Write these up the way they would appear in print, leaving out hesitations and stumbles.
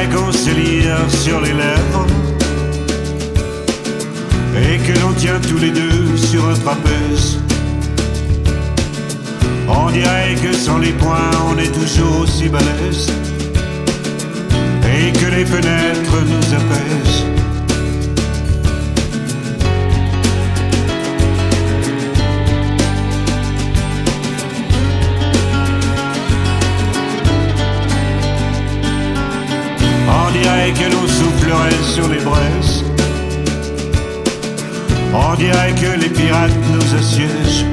dirait qu'on se lire sur les lèvres et que l'on tient tous les deux sur un trapèze. On dirait que sans les poings on est toujours aussi balèze et que les fenêtres nous apaisent. On dirait que l'on soufflerait sur les braises. On dirait que les pirates nous assiègent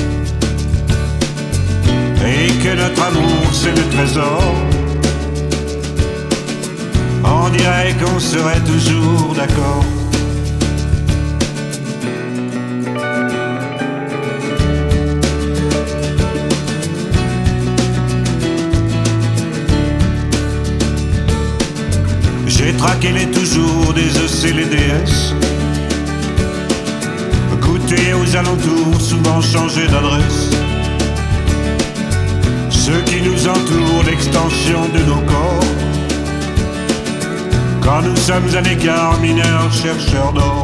et que notre amour c'est le trésor. On dirait qu'on serait toujours d'accord. J'ai traqué les toujours des EC et les DS, goûté aux alentours, souvent changé d'adresse. Ceux qui nous entourent, l'extension de nos corps. Quand nous sommes à l'écart, mineurs, chercheurs d'or.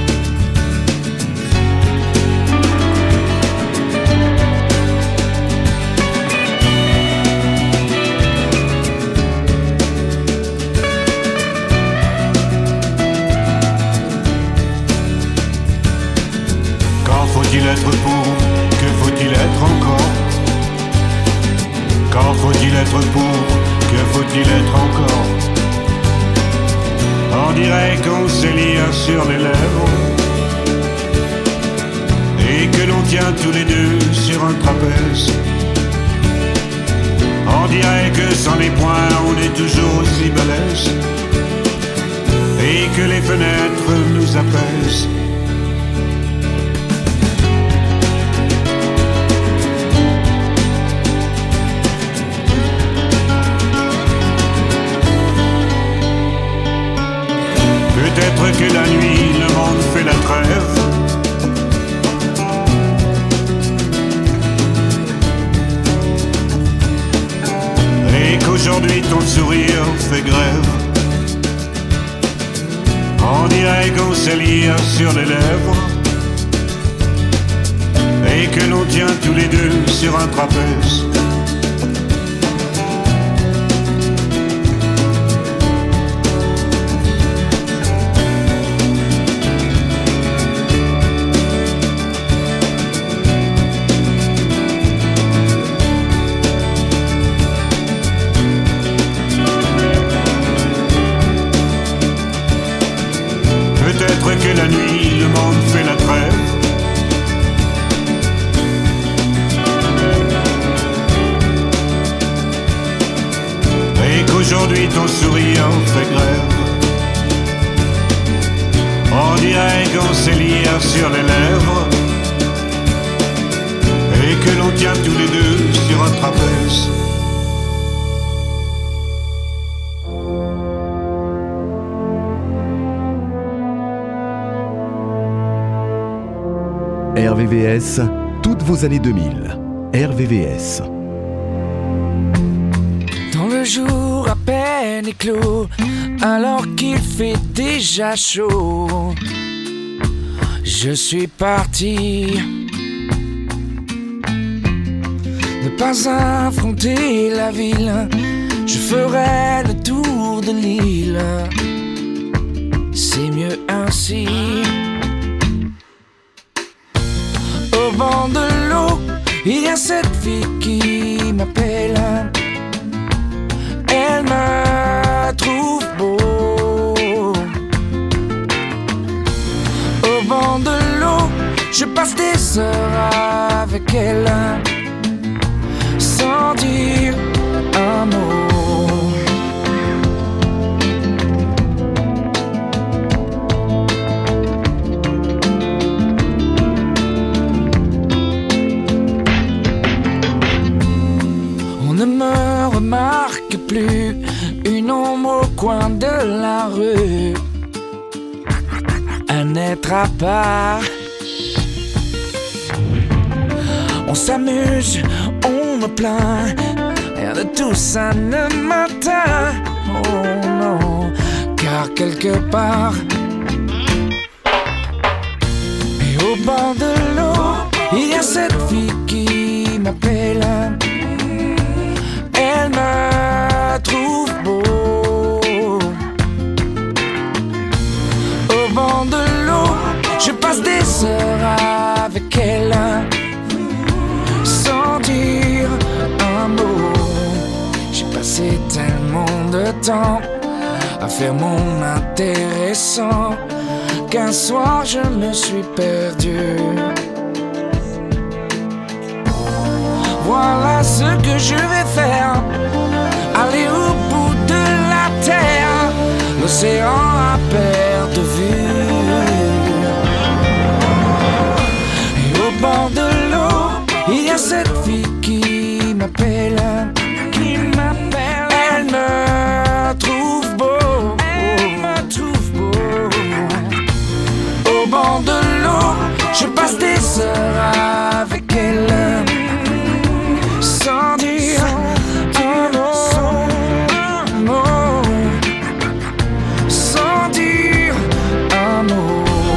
Quand faut-il être pour? Que faut-il être encore? Quand faut-il être pour? Que faut-il être encore? On dirait qu'on se lie sur les lèvres et que l'on tient tous les deux sur un trapèze. On dirait que sans les poings on est toujours aussi balèze et que les fenêtres nous apaisent. Peut-être que la nuit, le monde fait la trêve et qu'aujourd'hui ton sourire fait grève. On dirait qu'on se lie sur les lèvres et que l'on tient tous les deux sur un trapèze. Peut-être que la nuit, le monde fait la trêve et qu'aujourd'hui ton sourire fait grève. On dirait qu'on s'est lié sur les lèvres et que l'on tient tous les deux sur un trapèze. RVVS, toutes vos années 2000. RVVS. Dans le jour à peine éclos, alors qu'il fait déjà chaud, je suis parti. Ne pas affronter la ville, je ferai le tour de l'île. C'est mieux ainsi. Au bord de l'eau, il y a cette fille qui m'appelle. Elle me trouve beau. Au bord de l'eau, je passe des heures avec elle, sans dire un mot. Ne me remarque plus, une ombre au coin de la rue, un être à part. On s'amuse, on me plaint, rien de tout ça ne m'atteint. Oh non. quelque part. Et au bord de l'eau, il y a cette fille qui m'appelle. Elle me trouve beau. Au bord de l'eau, je passe des heures avec elle, sans dire un mot. J'ai passé tellement de temps à faire mon intéressant qu'un soir je me suis perdu. Voilà ce que je vais faire, aller au bout de la terre, l'océan à perte de vue. Et au bord de l'eau, il y a cette fille qui m'appelle. Elle me trouve beau. Au bord de l'eau, je passe des heures avec elle, sans dire un mot, sans dire un mot.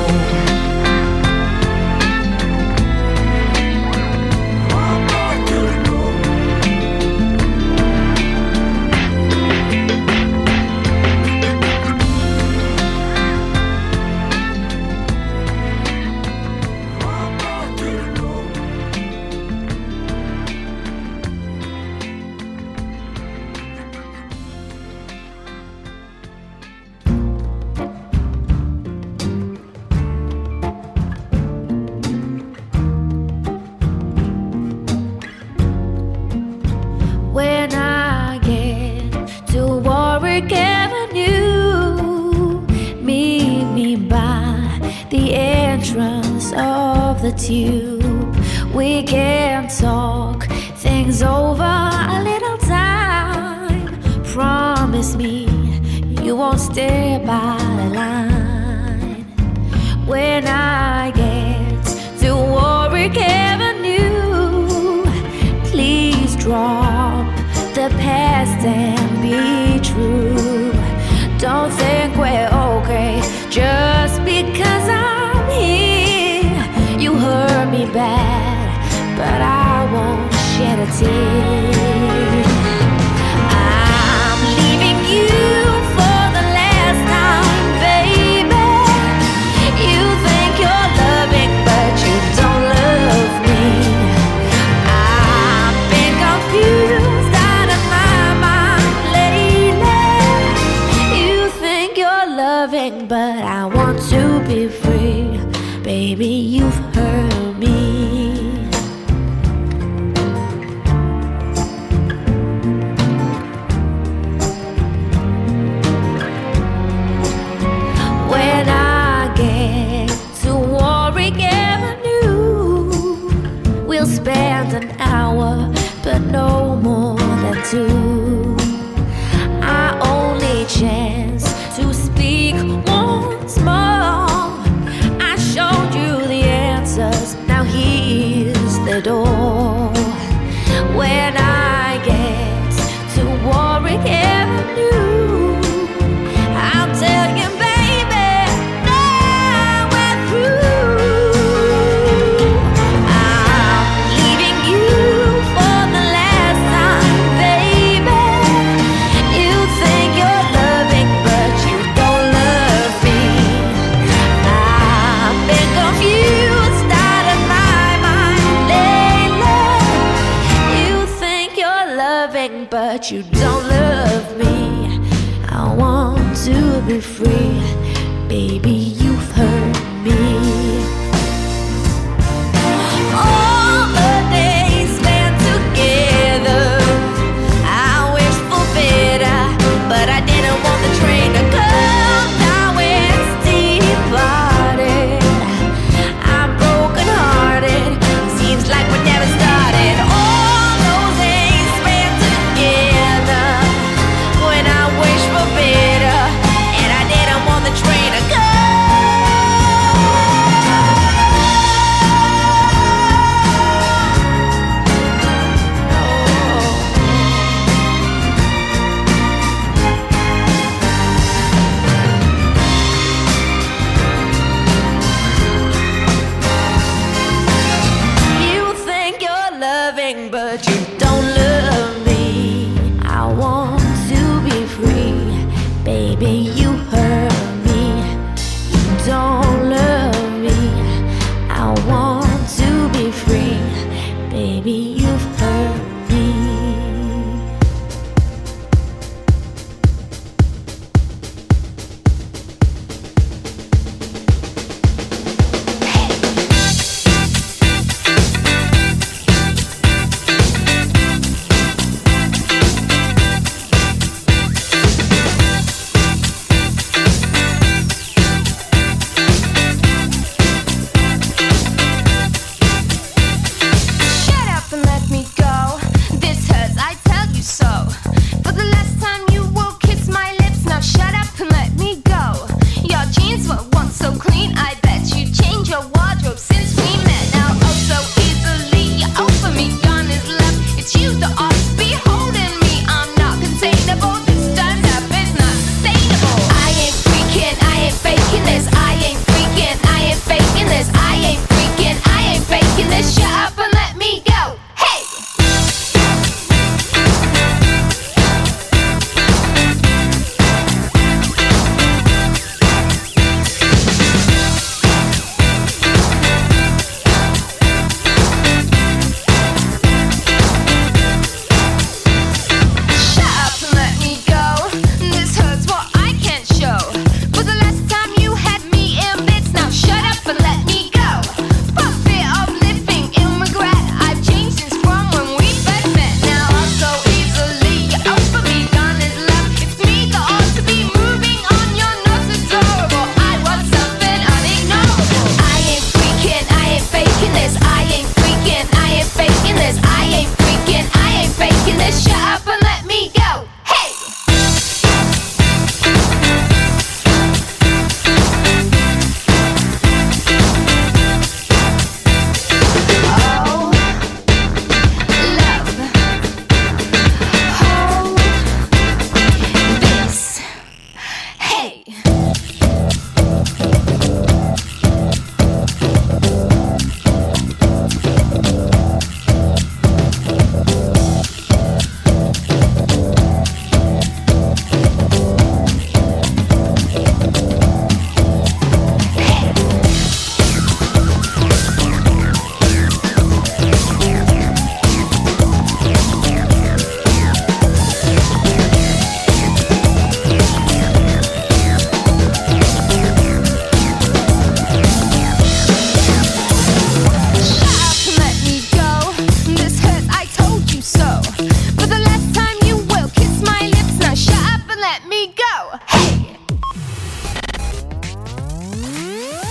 When I get to Warwick Avenue, meet me by the entrance of the tube. We can talk things over a little time. Promise me you won't stay by the line. When I get to Warwick Avenue, please drop the past and be true. Don't think we're okay just because I'm here. You hurt me bad, but I won't shed a tear. I'm leaving you for the last time, baby. You think you're loving, but you don't love me. I've been confused out of my mind lately. You think you're loving, but I want to be free. Baby, you've hurt me. When I get to Warwick Avenue, we'll spend an hour, but no more than two. Our only chance to speak once more. I showed you the answers, now here's the door. When I get to Warwick Avenue, I'll tell you, baby, now we're through. I'm leaving you for the last time, baby. You think you're loving, but you don't love me. I've been confused out of my mind lately. You think you're loving, but you don't love me. I want to be free, baby, you've hurt me. All the days spent together, I wish for better, but I didn't want the train to come. Now it's departed. I'm broken hearted. Seems like we never started. All those days spent together, when I wish for better, and I didn't want the train to come.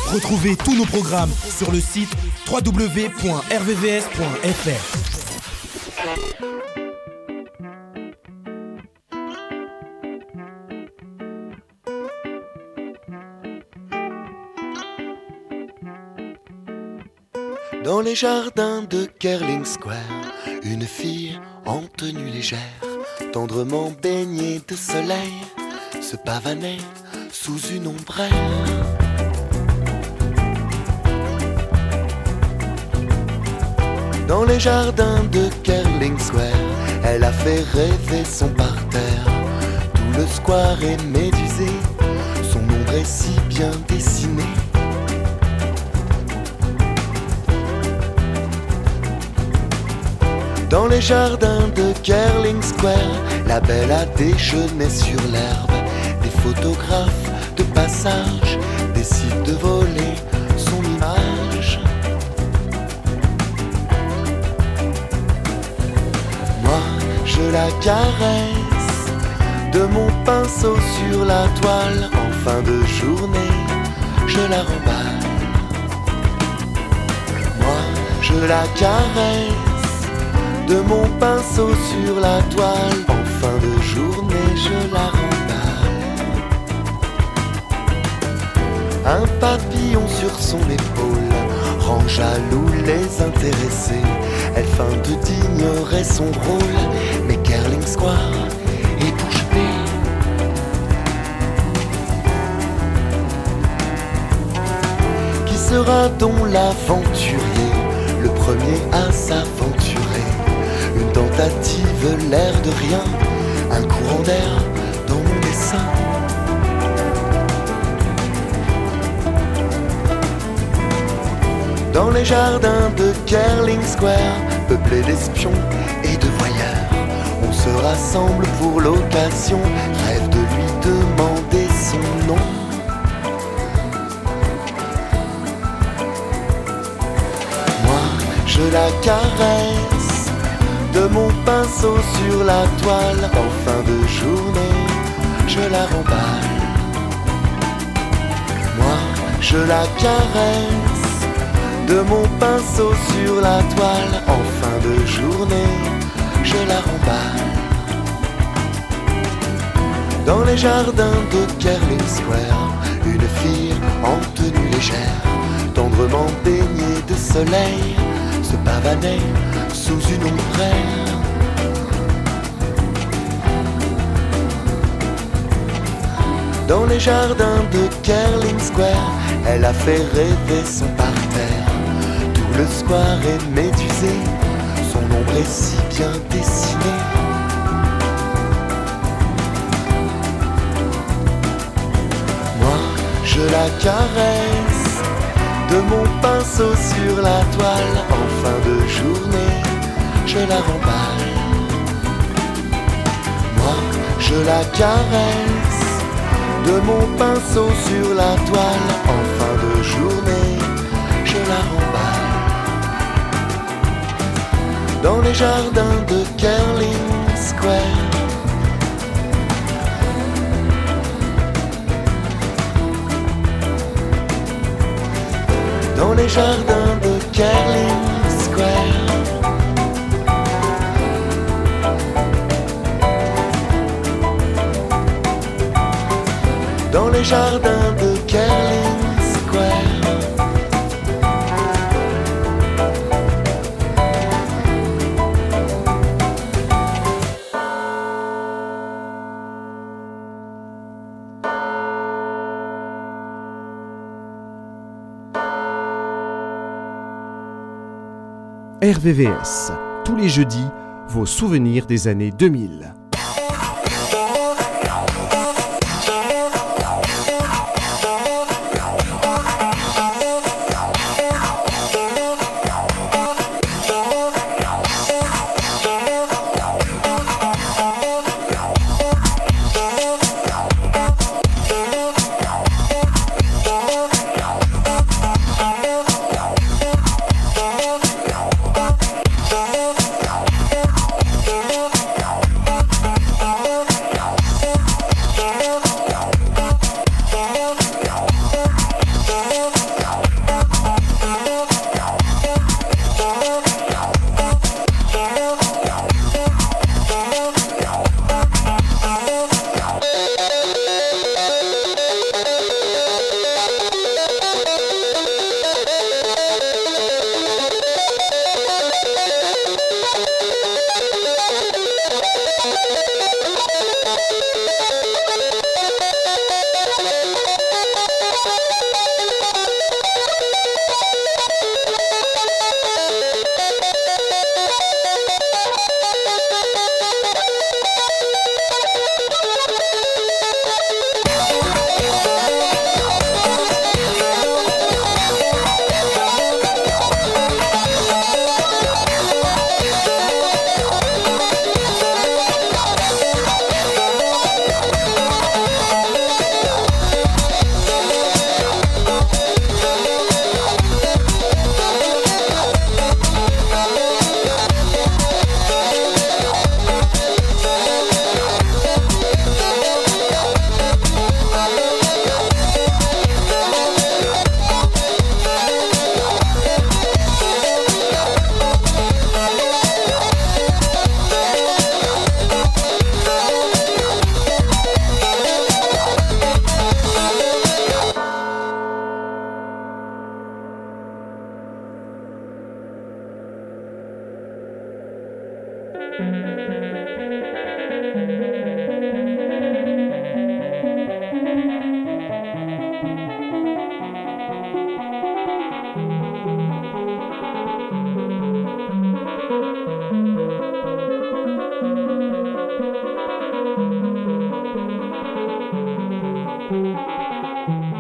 Retrouvez tous nos programmes sur le site www.rvvs.fr. Dans les jardins de Kerling Square, une fille en tenue légère, tendrement baignée de soleil, se pavanait sous une ombrelle. Dans les jardins de Kerling Square, elle a fait rêver son parterre. Tout le square est médusé, son ombre est si bien dessinée. Dans les jardins de Kerling Square, la belle a déjeuné sur l'herbe. Des photographes de passage décident de voler son image. Moi, je la caresse de mon pinceau sur la toile. En fin de journée, je la remballe. Moi, je la caresse de mon pinceau sur la toile. En fin de journée, je la remballe. Un papillon sur son épaule rend jaloux les intéressés. Elle feint d'ignorer son rôle, mais Kerling Square est bouche bée. Qui sera donc l'aventurier, le premier à s'aventurer? Une tentative, l'air de rien, un courant d'air dans mon dessin. Dans les jardins de Kerling Square, peuplés d'espions et de voyeurs, on se rassemble pour l'occasion, rêve de lui demander son nom. Moi, je la caresse de mon pinceau sur la toile. En fin de journée, je la remballe. Moi, je la caresse de mon pinceau sur la toile. En fin de journée, je la remballe. Dans les jardins de Kerling Square, une fille en tenue légère, tendrement baignée de soleil, se pavanait sous une ombrelle. Dans les jardins de Kerling Square, elle a fait rêver son parterre. Tout le square est médusé, son ombre est si bien dessinée. Moi, je la caresse de mon pinceau sur la toile. En fin de journée, je la remballe. Moi, je la caresse de mon pinceau sur la toile. En fin de journée, je la remballe. Dans les jardins de Kerling Square. Dans les jardins de Kerling Square. Dans les jardins de Kerling Square. RVVS, tous les jeudis, vos souvenirs des années 2000.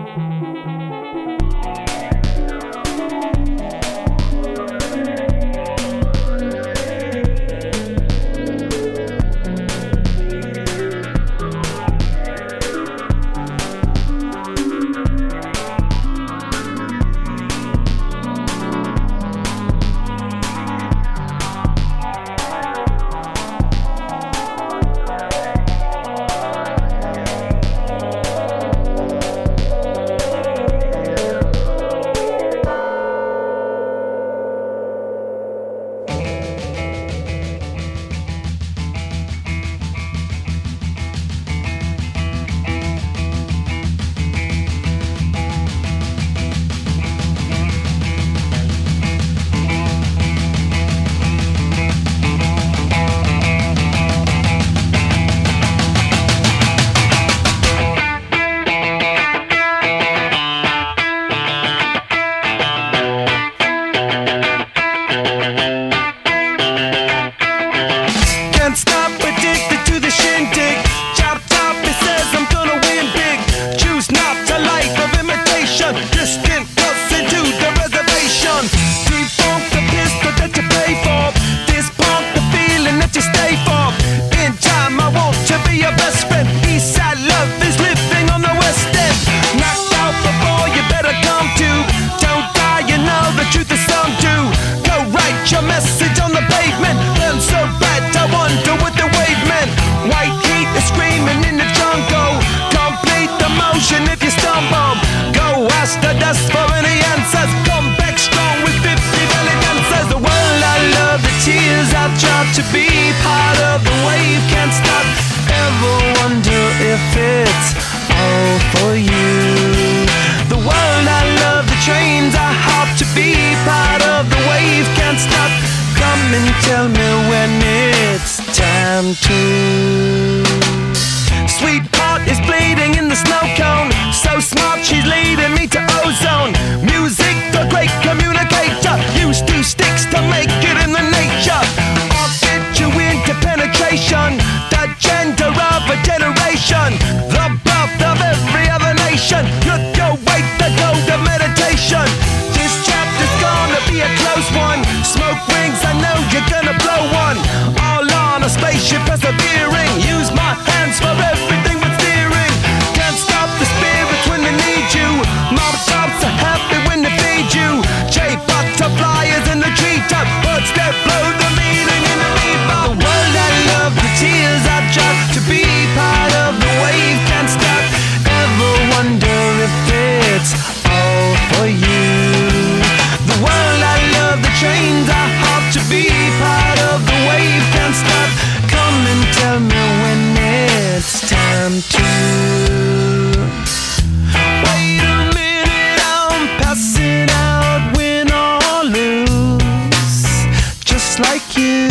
to be part of the wave. Can't stop, ever wonder if it's all for you. The world I love, the trains I hop to be part of the wave. Can't stop, come and tell me when it's time to. Sweetheart is bleeding in the snow cone. So smart, she's leading me to ozone. Music, the great communicator. Used two sticks to make it in the nature. I'll fit you into penetration. The gender of a generation. The birth of every other nation. Look your way to go to meditation. This chapter's gonna be a close one. Smoke rings, I know you're gonna blow one. All on a spaceship persevering. Use my hands for everything but steering. Can't stop the spirits when they need you. Mob tops are happy when they feed you. J-butterflies in the treetop. Birds that blow the meaning in the bebop. The world I love, the tears I drop to be part of the wave. Can't stop, ever wonder if it's all for you. The world I love, the trains I hop to be part of the wave. Can't stop, come and tell me when it's time to. Wait a minute, I'm passing out, win or lose, just like you.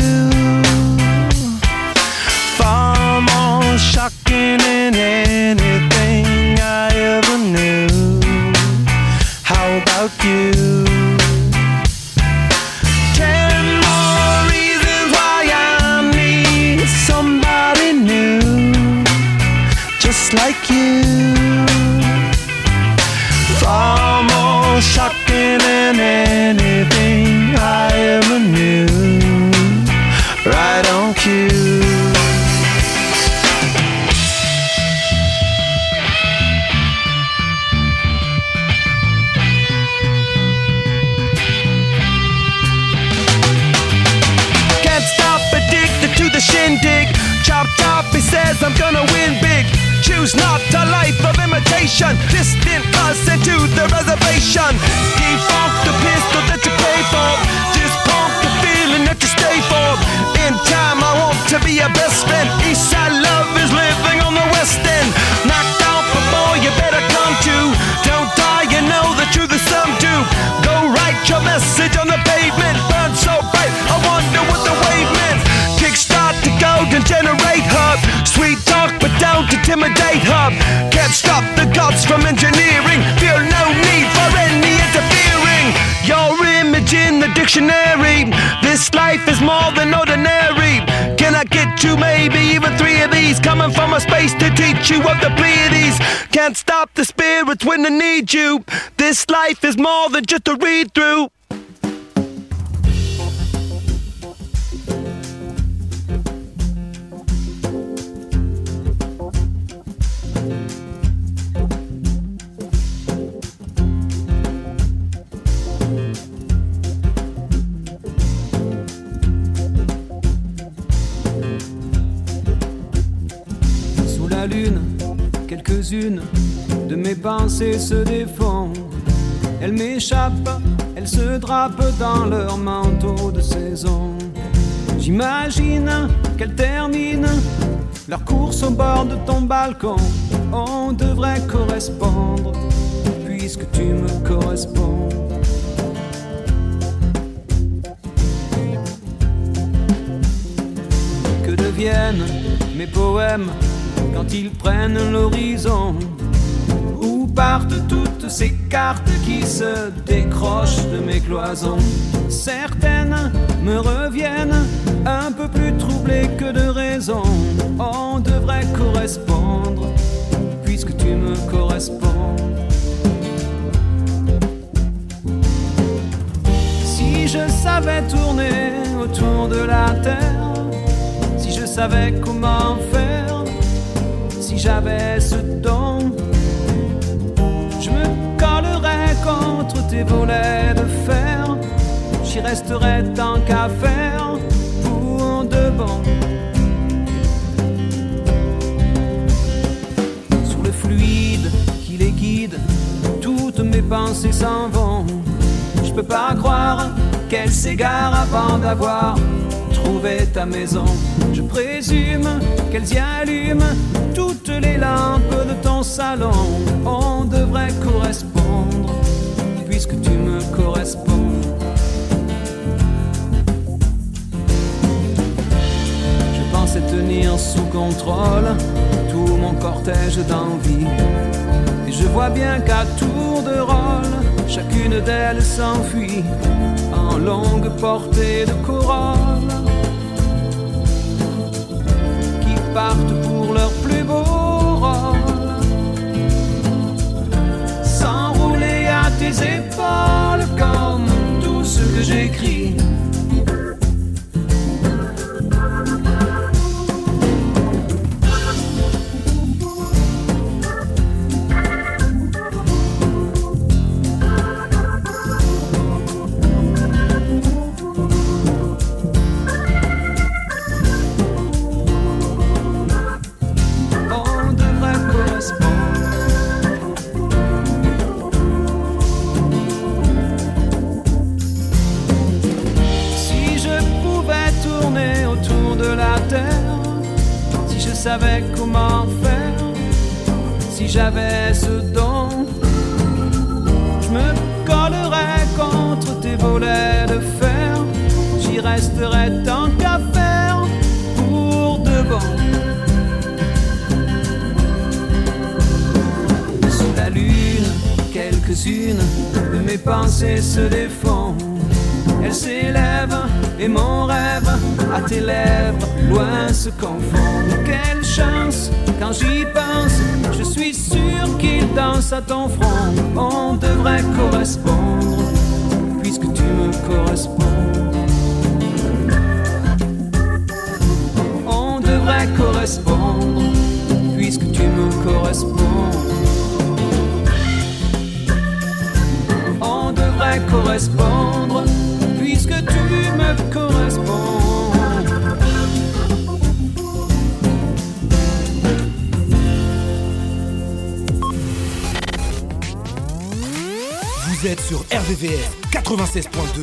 Far more shocking than anything I ever knew. How about you? 10 more reasons why I need somebody new, just like you. Far more shocking than anything I ever knew. Right on cue. Can't stop, addicted to the shindig. Chop top, he says I'm gonna win big. Choose not a life of imitation. Distant us into the reservation. Defunct the pistol that you pay for. Just pump the feeling that you stay for. In time I want to be your best friend. Eastside love is living on the west end. Knocked out before you better come to. Don't die, you know the truth is some do. Go write your message on the pavement. Burn so bright, I wonder what the wave meant. Kickstart the golden generate hub. Sweet talk but don't intimidate hub. Can't stop the gods from engineering. Feel no need for any interfering. Your image in the dictionary. This life is more than ordinary. Can I get you. Maybe even 3 of these coming from a space to teach you of the Pleiades. Can't stop the spirits when they need you. This life is more than just a read through. La lune, quelques-unes de mes pensées se défont. Elles m'échappent, elles se drapent dans leur manteau de saison. J'imagine qu'elles terminent leur course au bord de ton balcon. On devrait correspondre, puisque tu me corresponds. Que deviennent mes poèmes quand ils prennent l'horizon? Où partent toutes ces cartes qui se décrochent de mes cloisons? Certaines me reviennent un peu plus troublées que de raison. On devrait correspondre, puisque tu me corresponds. Si je savais tourner autour de la terre, si je savais comment faire, si j'avais ce don, je me collerais contre tes volets de fer. J'y resterais tant qu'à faire pour de bon. Sous le fluide qui les guide, toutes mes pensées s'en vont. Je peux pas croire qu'elles s'égarent avant d'avoir trouvé ta maison. Je présume qu'elles y allument toutes les lampes de ton salon. On devrait correspondre, puisque tu me corresponds. Je pensais tenir sous contrôle tout mon cortège d'envie, et je vois bien qu'à tour de rôle, chacune d'elles s'enfuit en longue portée de corolle, qui partent pour leur plus beau rôle, s'enrouler à tes épaules comme tout ce que j'écris. Je savais comment faire, si j'avais ce don, je me collerais contre tes volets de fer. J'y resterais tant qu'à faire pour de bon. Sous la lune, quelques-unes de mes pensées se défont. Elles s'élèvent et mon rêve à tes lèvres loin se confond. Quelle chance, quand j'y pense, je suis sûr qu'il danse à ton front. On devrait correspondre, puisque tu me corresponds. On devrait correspondre, puisque tu me corresponds. On devrait correspondre, puisque tu me corresponds. Vous êtes sur RVVS 96.2.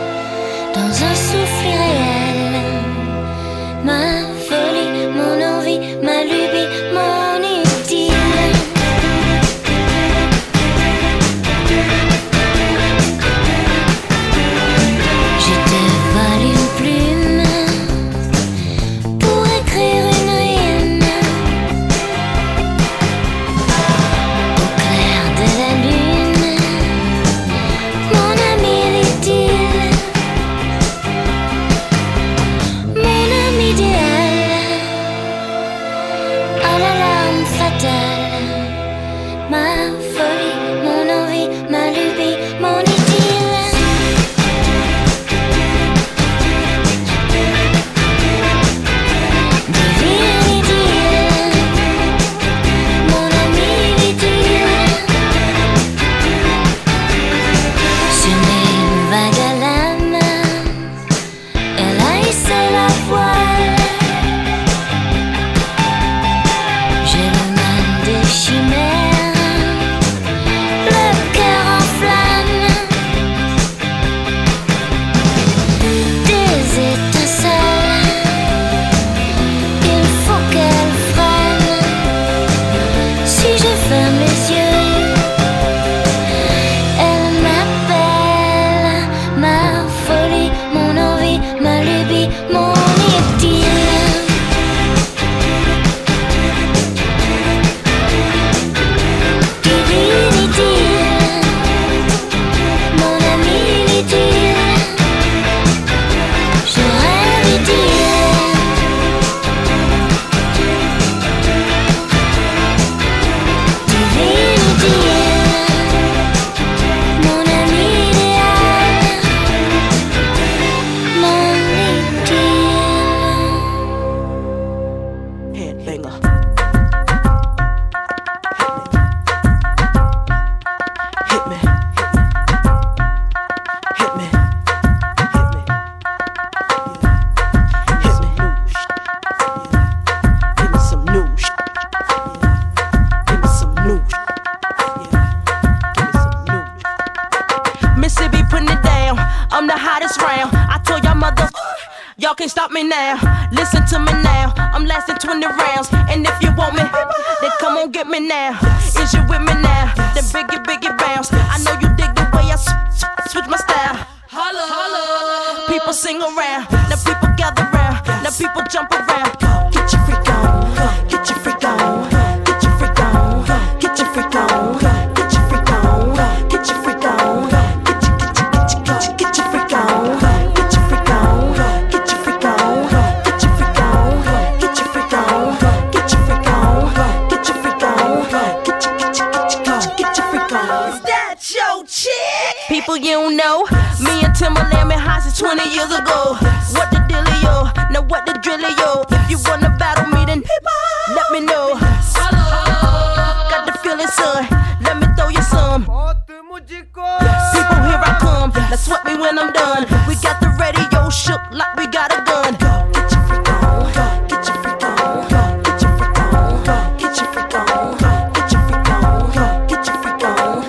Dans un souffle irréel, ma folie, mon envie I'm the hottest round. I told y'all mother, y'all can't stop me now. Listen to me now, I'm lasting 20 rounds. And if you want me, then come on get me now. Is you with me now? Then biggie bounce. I know you dig the way I switch my style. Holla, holla. People sing around, now people gather round, now people jump around. Get your freak on, get your freak on, get your freak on, get your freak on, get your freak on, get your freak on, get your freak on, get your freak on, get your freak on, get your freak on, get your freak on, get your freak on, get your freak on, get your freak on. Is that your chick? People you don't know, me and Timberland been high since 20 years ago. What the dealio? Now what the drillio? If you wanna battle me, then let me know. Got the feeling, son. Let me throw you some. People, here I come. Now sweat me when I'm done. We got the radio shook like we got a gun. Get your freak on. Get your freak on. Get your freak on. Get your freak on. Get your freak on. Get your freak on.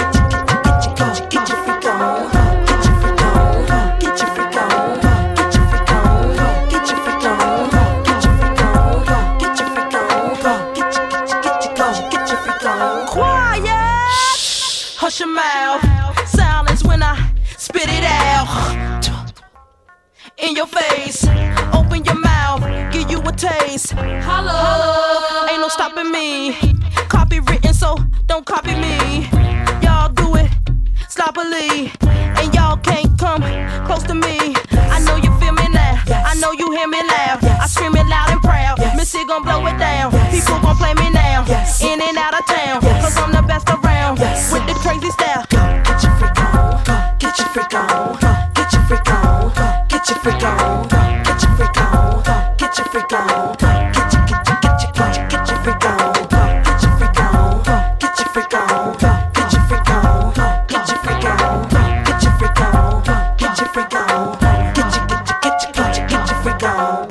Get your freak on. Get your freak on. Get your freak on. Get your freak on. Get your freak on. Get your freak on. Get your freak on. Get your freak on. Quiet. Hush your mouth. Silence when I spit it out. In your face. Open your mouth. Give you a taste. Holla. Ain't no stopping me. Copywritten, so don't copy me. Y'all do it sloppily, and y'all can't come close to me. I know you feel me now. I know you hear me loud. I scream it loud and proud. Missy gon' blow it down. People gon' play me now. In and out of town. Cause I'm the best around. With the crazy style. Get your freak on. Get your freak on. Get your freak on. Get your freak on. Get your freak on. Get your freak on. Get your freak on. Get your freak on. Get your freak on. Get your freak on. Get your freak on. Get your freak on. Get your freak on. Get your freak on. Get your freak on.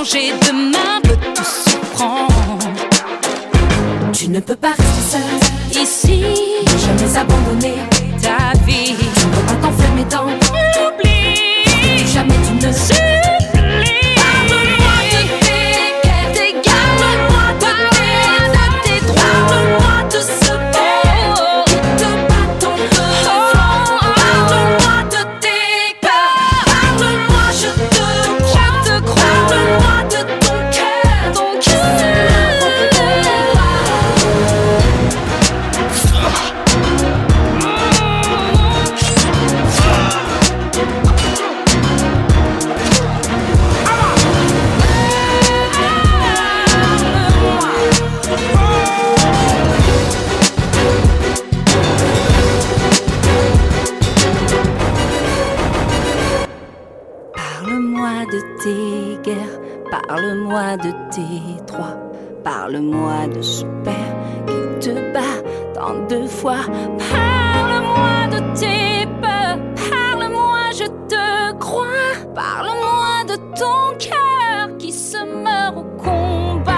changer demain peut tout surprendre. Tu ne peux pas rester seul ici, ne jamais abandonner ta vie. Tu ne peux pas t'enfermer dans l'oubli, jamais tu ne supplie. Parle-moi de tes guerres, parle-moi de tes droits, parle-moi de ce père qui te bat ton cœur. Parle-moi de tes peurs, parle-moi, je te crois, parle-moi de ton cœur, ton cœur. Parle-moi de tes guerres, parle-moi de tes droits, parle-moi de ce père qui te bat tant de fois. Parle-moi de tes peurs, parle-moi, je te crois. Parle-moi de ton cœur qui se meurt au combat.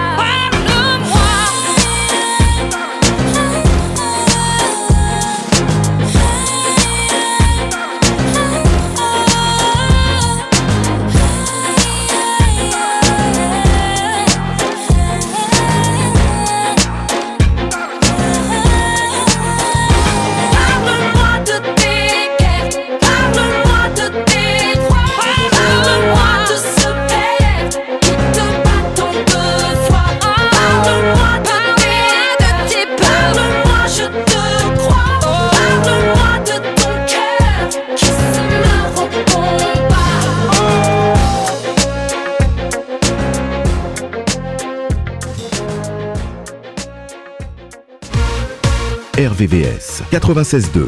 RVVS 96.2.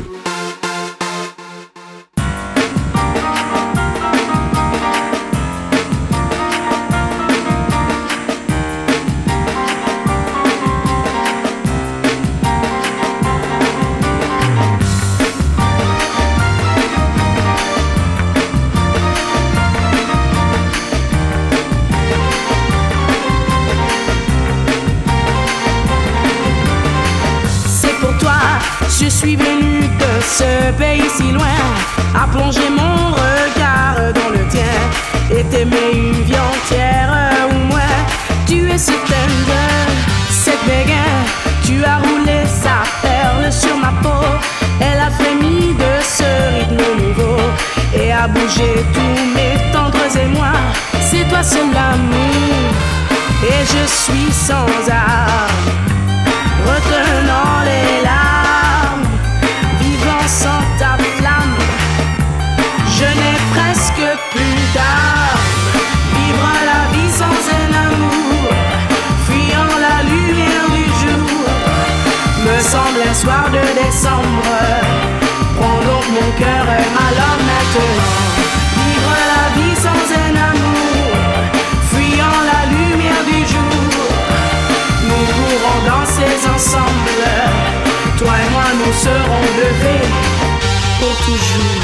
Je suis venu de ce pays si loin, à plonger mon regard dans le tien, et t'aimer une vie entière ou moins. Tu es certaine de cette béguin, tu as roulé sa perle sur ma peau. Elle a frémi de ce rythme nouveau et a bougé tous mes tendres émois. C'est toi seul l'amour, et je suis sans armes, retenant les larmes, vivant sans ta flamme. Je n'ai presque plus d'armes. Vivre la vie sans un amour, fuyant la lumière du jour, me semble un soir de décembre. Prends donc mon cœur et ma langue maintenant. Vivre la vie sans un amour, fuyant la lumière du jour, nous pourrons danser ensemble. Toi et moi nous serons levés pour toujours.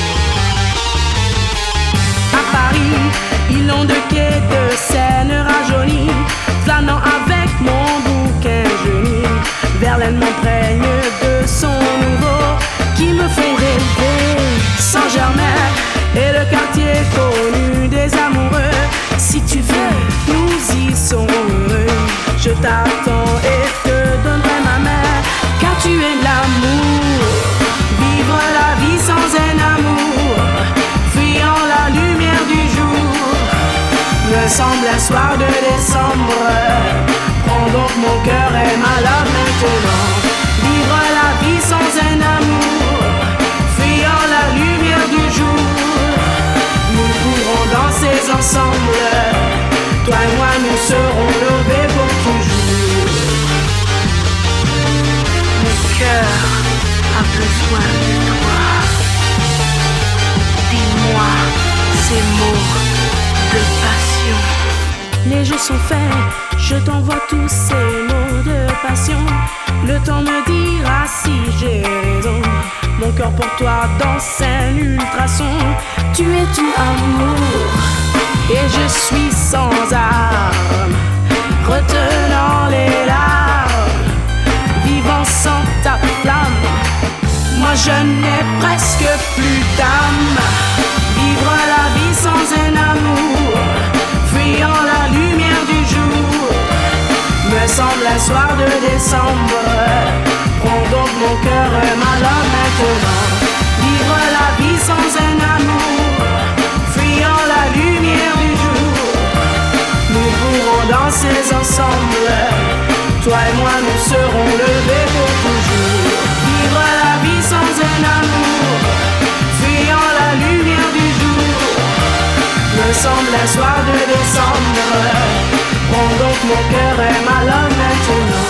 À Paris, ils ont de quais de Seine rajeunis, flânant avec mon bouquin jauni. Verlaine m'imprègne de son nouveau qui me font rêver. Saint-Germain et le quartier connu des amoureux. Si tu veux, nous y serons heureux. Je t'attends et te donnerai ma main, car tu es l'amour. Vivre la vie sans un amour, fuyant la lumière du jour, me semble un soir de décembre. Prends donc mon cœur et ma langue maintenant. Vivre la vie sans un amour, fuyant la lumière du jour, nous pourrons danser ensemble. Toi et moi nous serons levés pour toujours. Mon cœur a besoin de toi. Dis-moi ces mots de passion. Les jeux sont faits, je t'envoie tous ces mots de passion. Le temps me dira si j'ai raison. Mon cœur pour toi danse un ultrason. Tu es tout amour et je suis sans armes, un soir de décembre. Prends donc mon cœur, ma love maintenant. Vivre la vie sans un amour, fuyant la lumière du jour. Nous pourrons danser ensemble, toi et moi nous serons levés pour toujours. Vivre la vie sans un amour, fuyant la lumière du jour. Me semble un soir de décembre. Prends donc mon cœur et ma love maintenant.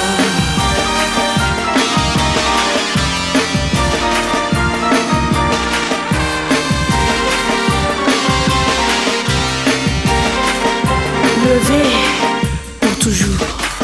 Levé pour toujours.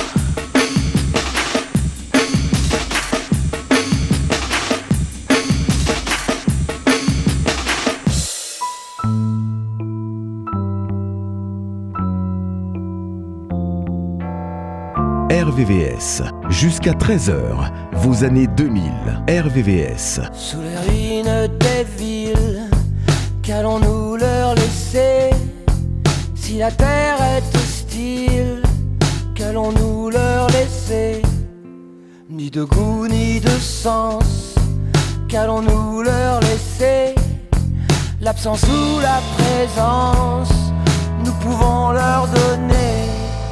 RVVS, jusqu'à 13h, vos années 2000, RVVS. Sous les ruines des villes, qu'allons-nous leur laisser? Si la terre est hostile, qu'allons-nous leur laisser? Ni de goût ni de sens, qu'allons-nous leur laisser? L'absence ou la présence, nous pouvons leur donner.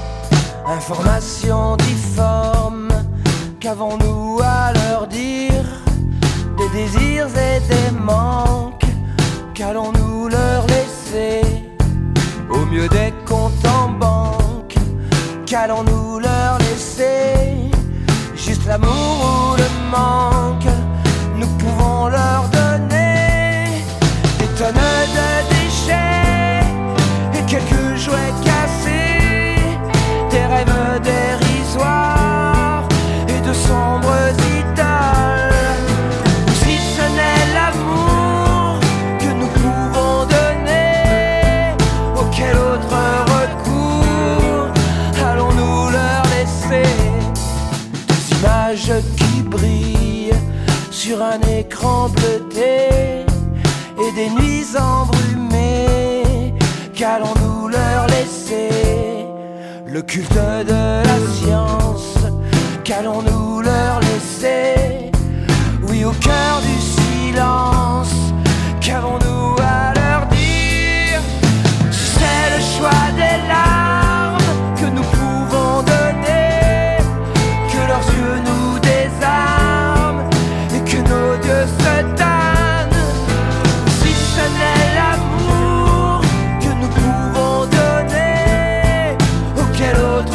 Information difforme, qu'avons-nous à leur dire? Des désirs et des manques, qu'allons-nous leur laisser? Au mieux des comptes en banque, qu'allons-nous leur laisser? Juste l'amour ou le manque, nous pouvons leur donner. Des tonnes de déchets et quelques jouets cassés, des rêves dérisoires et de sombres idoles. Ou si ce n'est l'amour que nous pouvons donner, auquel autre recours allons-nous leur laisser? Des images qui brillent sur un écran bleuté et des nuits embrumées, qu'allons-nous leur laisser? Le culte de la science, qu'allons-nous leur laisser? Oui, au cœur du silence, qu'avons-nous à leur dire? C'est le choix des larmes que nous pouvons donner, que leurs yeux nous désarment et que nos dieux se tannent. Si ce n'est l'amour que nous pouvons donner, quel autre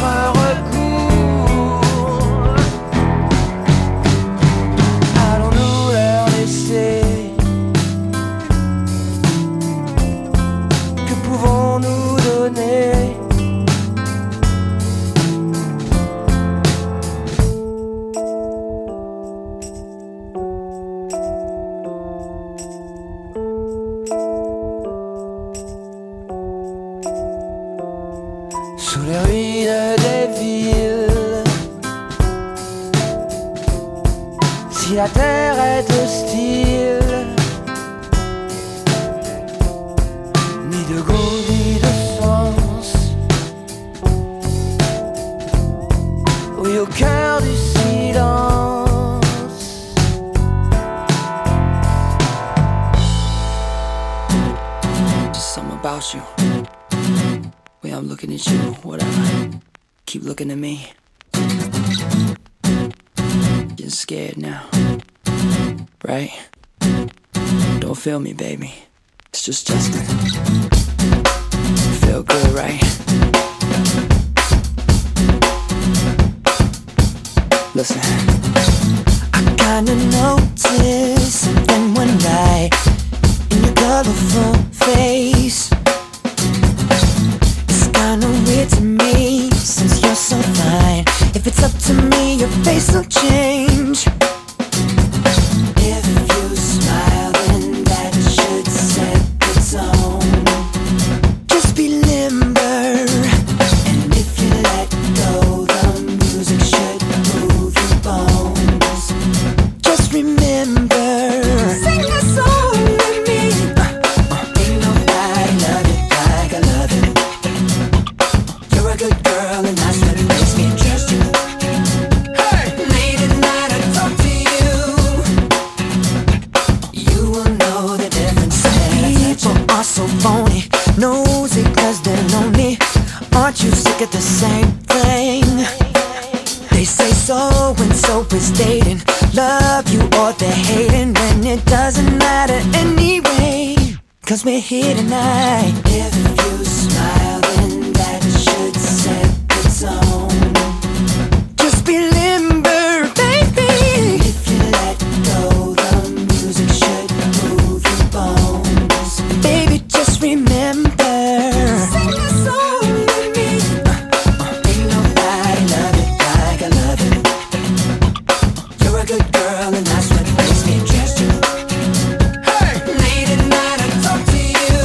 recours allons-nous leur laisser? Que pouvons-nous donner? Sous les ruines des villes, si la terre est hostile, ni de goût ni de sens, oui, au cœur du silence. Just something about you. Way I'm looking at you, whatever. Keep looking at me. Getting scared now, right? Don't feel me, baby. It's just Justin. Feel good, right? Listen. I kinda noticed something one night in your colorful face. Kinda weird to me, since you're so fine. If it's up to me, your face will change. If you smile, then that should set the tone. Just be limber, and if you let go, the music should move your bones. Just remember, sing a song with me. Ain't nobody love it like I love it. You're a good girl and that's what makes me trust you. look at the same thing. They say so and so is dating, love you or they're hating, when it doesn't matter anyway, 'cause we're here tonight. If you smile, then that should set the tone. Just be limber, baby. If you let go, the music should move your bones. Baby, just remember, sing a song with me. Ain't nobody love it like I love it. You're a good girl and that's what makes me trust you. Hey! Late at night I talk to you.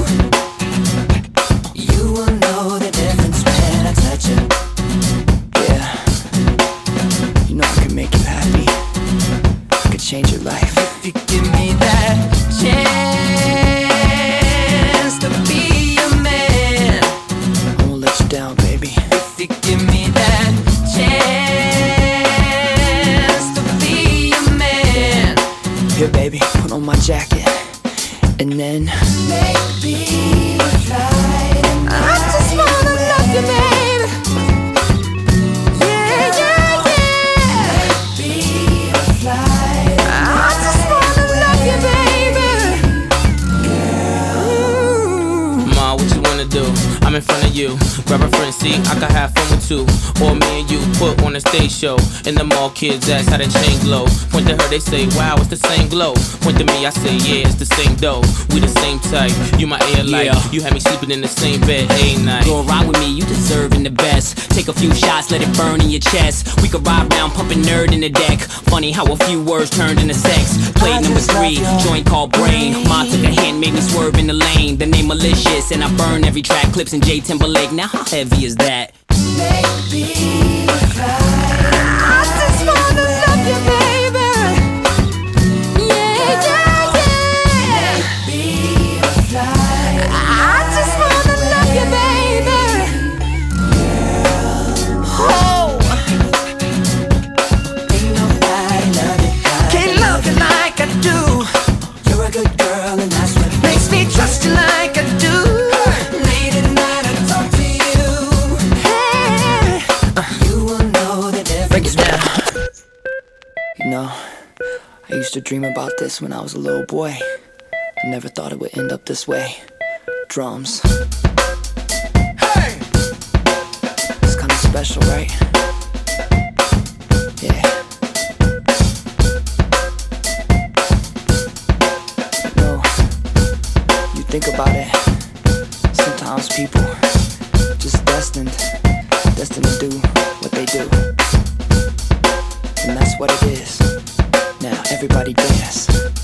You will know the difference when I touch you. Yeah. You know I can make you happy. I could change your life. If you give me that chance to be a man, I won't let you down, baby. If you give me that chance to be a man. Here, baby, put on my jacket, and then maybe we'll fly tonight. I just wanna love you, baby. Yeah, yeah, yeah. Maybe we'll fly tonight. I just wanna love you, baby. Ma, what you wanna do? I'm in front of you. Grab a friend, see, I can have fun with two. Or me and you put on a stage show. And the mall kids ask how the chain glow. Point to her, they say, wow, it's the same glow. Point to me, I say, yeah, it's the same dough. We the same type, you my air light. Yeah. You had me sleeping in the same bed, ain't night. Go ride with me, you deserving the best. Take a few shots, let it burn in your chest. We could ride round, pumping nerd in the deck. Funny how a few words turned into sex. Play number 3, joint called Brain. Ma took a hint, made me swerve in the lane. The name malicious, and I burn every track. Clips in J Timberlake, now how heavy is that? Maybe we'll fly. I just wanna love you, baby. Yeah, yeah, yeah. Maybe we'll fly. I just wanna love you, baby. Oh. Ain't nobody love you like can't love you like I do. You're a good girl and that's what makes me trust you like I do. Late at night I talk to you. Hey, you will know the difference. Break it down. You know, I used to dream about this when I was a little boy. I never thought it would end up this way. Drums. Hey! It's kinda special, right? Yeah. You know, you think about it, sometimes people just destined to do what they do. And that's what it is. Now everybody dance.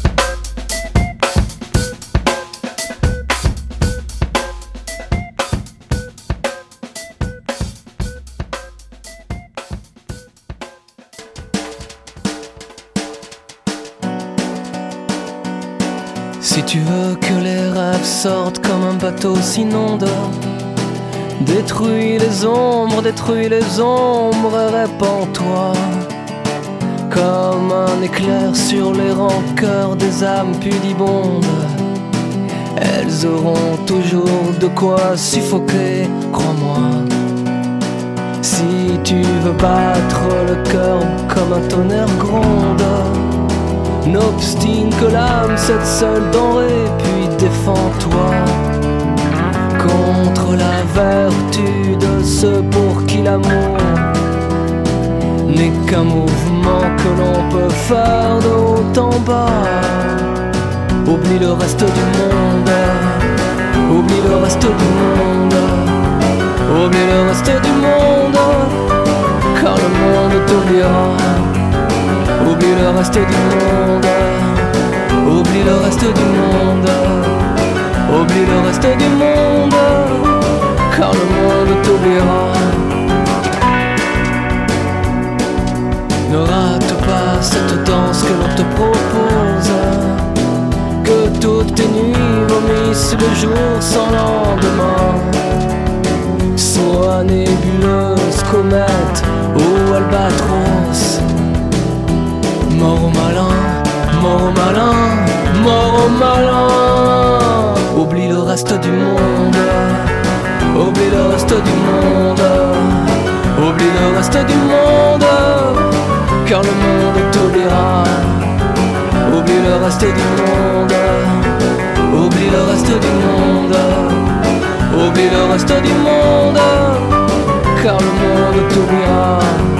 Si tu veux que les rêves sortent comme un bateau s'inonde, détruis les ombres, et répands-toi comme un éclair sur les rancœurs des âmes pudibondes. Elles auront toujours de quoi suffoquer, crois-moi. Si tu veux battre le cœur comme un tonnerre gronde, n'obstine que l'âme, cette seule denrée, puis défends-toi contre la vertu de ceux pour qui l'amour n'est qu'un mouvement que l'on peut faire de haut en bas. Oublie le reste du monde, oublie le reste du monde, oublie le reste du monde, car le monde t'oubliera. Oublie le reste du monde, oublie le reste du monde, oublie le reste du monde, car le monde t'oubliera. Ne rate pas cette danse que l'on te propose, que toutes tes nuits vomissent le jour sans lendemain. Sois nébuleuse, comète ou albatros. Mort au malin, mort au malin, mort au malin. Oublie le reste du monde, oublie le reste du monde, oublie le reste du monde, car le monde t'oubliera. Oublie le reste du monde, oublie le reste du monde, oublie le reste du monde, car le monde t'oubliera.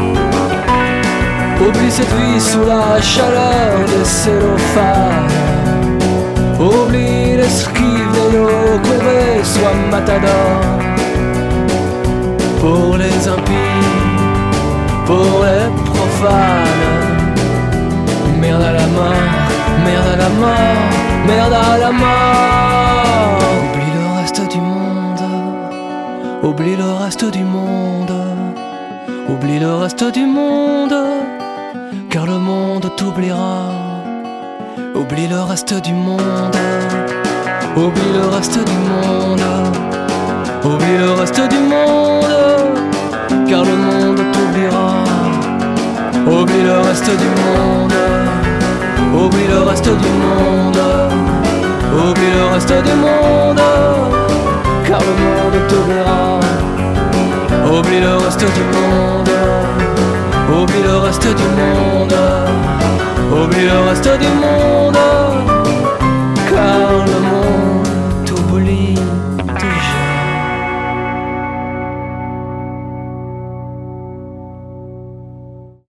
Oublie cette vie sous la chaleur des cellophanes, oublie les skis, vélo, courir, sois matador. Pour les impies, pour les profanes, merde à la mort, merde à la mort, merde à la mort. Oublie le reste du monde, oublie le reste du monde, oublie le reste du monde, car le monde t'oubliera. Oublie le reste du monde, oublie le reste du monde, oublie le reste du monde, car le monde t'oubliera. Oublie le reste du monde, oublie le reste du monde, oublie le reste du monde, car le monde t'oubliera. Oublie le reste du monde, oublie le reste du monde, oublie le reste du monde,